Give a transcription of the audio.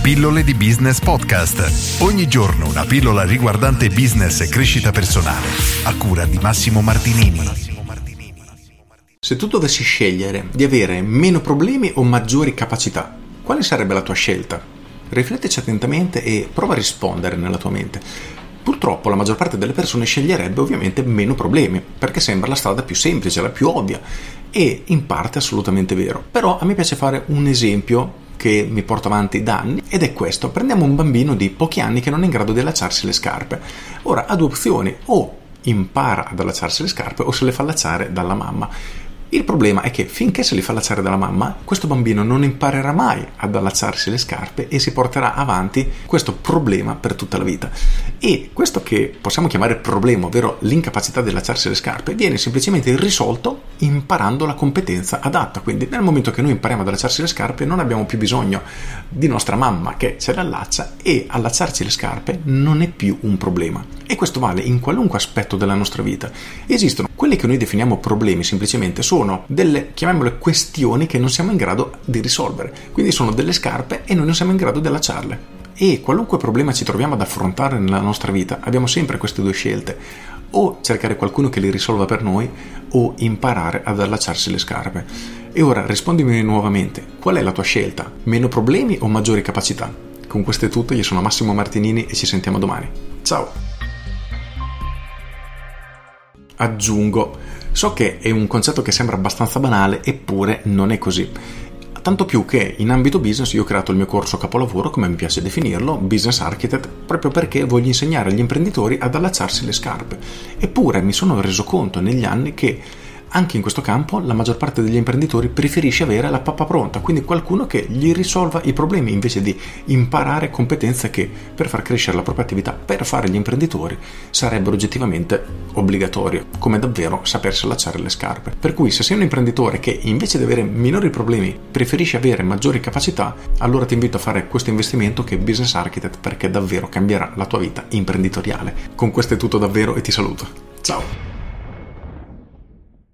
Pillole di Business Podcast. Ogni giorno una pillola riguardante business e crescita personale. A cura di Massimo Martinini. Se tu dovessi scegliere di avere meno problemi o maggiori capacità, quale sarebbe la tua scelta? Riflettici attentamente e prova a rispondere nella tua mente. Purtroppo la maggior parte delle persone sceglierebbe ovviamente meno problemi, perché sembra la strada più semplice, la più ovvia, e in parte è assolutamente vero. Però a me piace fare un esempio che mi porto avanti da anni, ed è questo. Prendiamo un bambino di pochi anni che non è in grado di allacciarsi le scarpe. Ora ha due opzioni: o impara ad allacciarsi le scarpe o se le fa allacciare dalla mamma. Il problema è che finché se li fa allacciare dalla mamma, questo bambino non imparerà mai ad allacciarsi le scarpe e si porterà avanti questo problema per tutta la vita. E questo che possiamo chiamare problema, ovvero l'incapacità di allacciarsi le scarpe, viene semplicemente risolto imparando la competenza adatta. Quindi nel momento che noi impariamo ad allacciarsi le scarpe non abbiamo più bisogno di nostra mamma che ce le allaccia, e allacciarci le scarpe non è più un problema. E questo vale in qualunque aspetto della nostra vita. Esistono quelli che noi definiamo problemi, semplicemente sono delle, chiamiamole, questioni che non siamo in grado di risolvere. Quindi sono delle scarpe e noi non siamo in grado di allacciarle. E qualunque problema ci troviamo ad affrontare nella nostra vita, abbiamo sempre queste due scelte: o cercare qualcuno che li risolva per noi, o imparare ad allacciarsi le scarpe. E ora rispondimi nuovamente: qual è la tua scelta? Meno problemi o maggiori capacità? Con questo è tutto, io sono Massimo Martinini e ci sentiamo domani. Ciao! Aggiungo, so che è un concetto che sembra abbastanza banale, eppure non è così. Tanto più che in ambito business io ho creato il mio corso capolavoro, come mi piace definirlo, Business Architect, proprio perché voglio insegnare agli imprenditori ad allacciarsi le scarpe. Eppure mi sono reso conto negli anni che anche in questo campo la maggior parte degli imprenditori preferisce avere la pappa pronta, quindi qualcuno che gli risolva i problemi invece di imparare competenze che per far crescere la propria attività, per fare gli imprenditori, sarebbero oggettivamente obbligatorie, come davvero sapersi allacciare le scarpe. Per cui se sei un imprenditore che invece di avere minori problemi preferisce avere maggiori capacità, allora ti invito a fare questo investimento che è Business Architect, perché davvero cambierà la tua vita imprenditoriale. Con questo è tutto davvero e ti saluto. Ciao!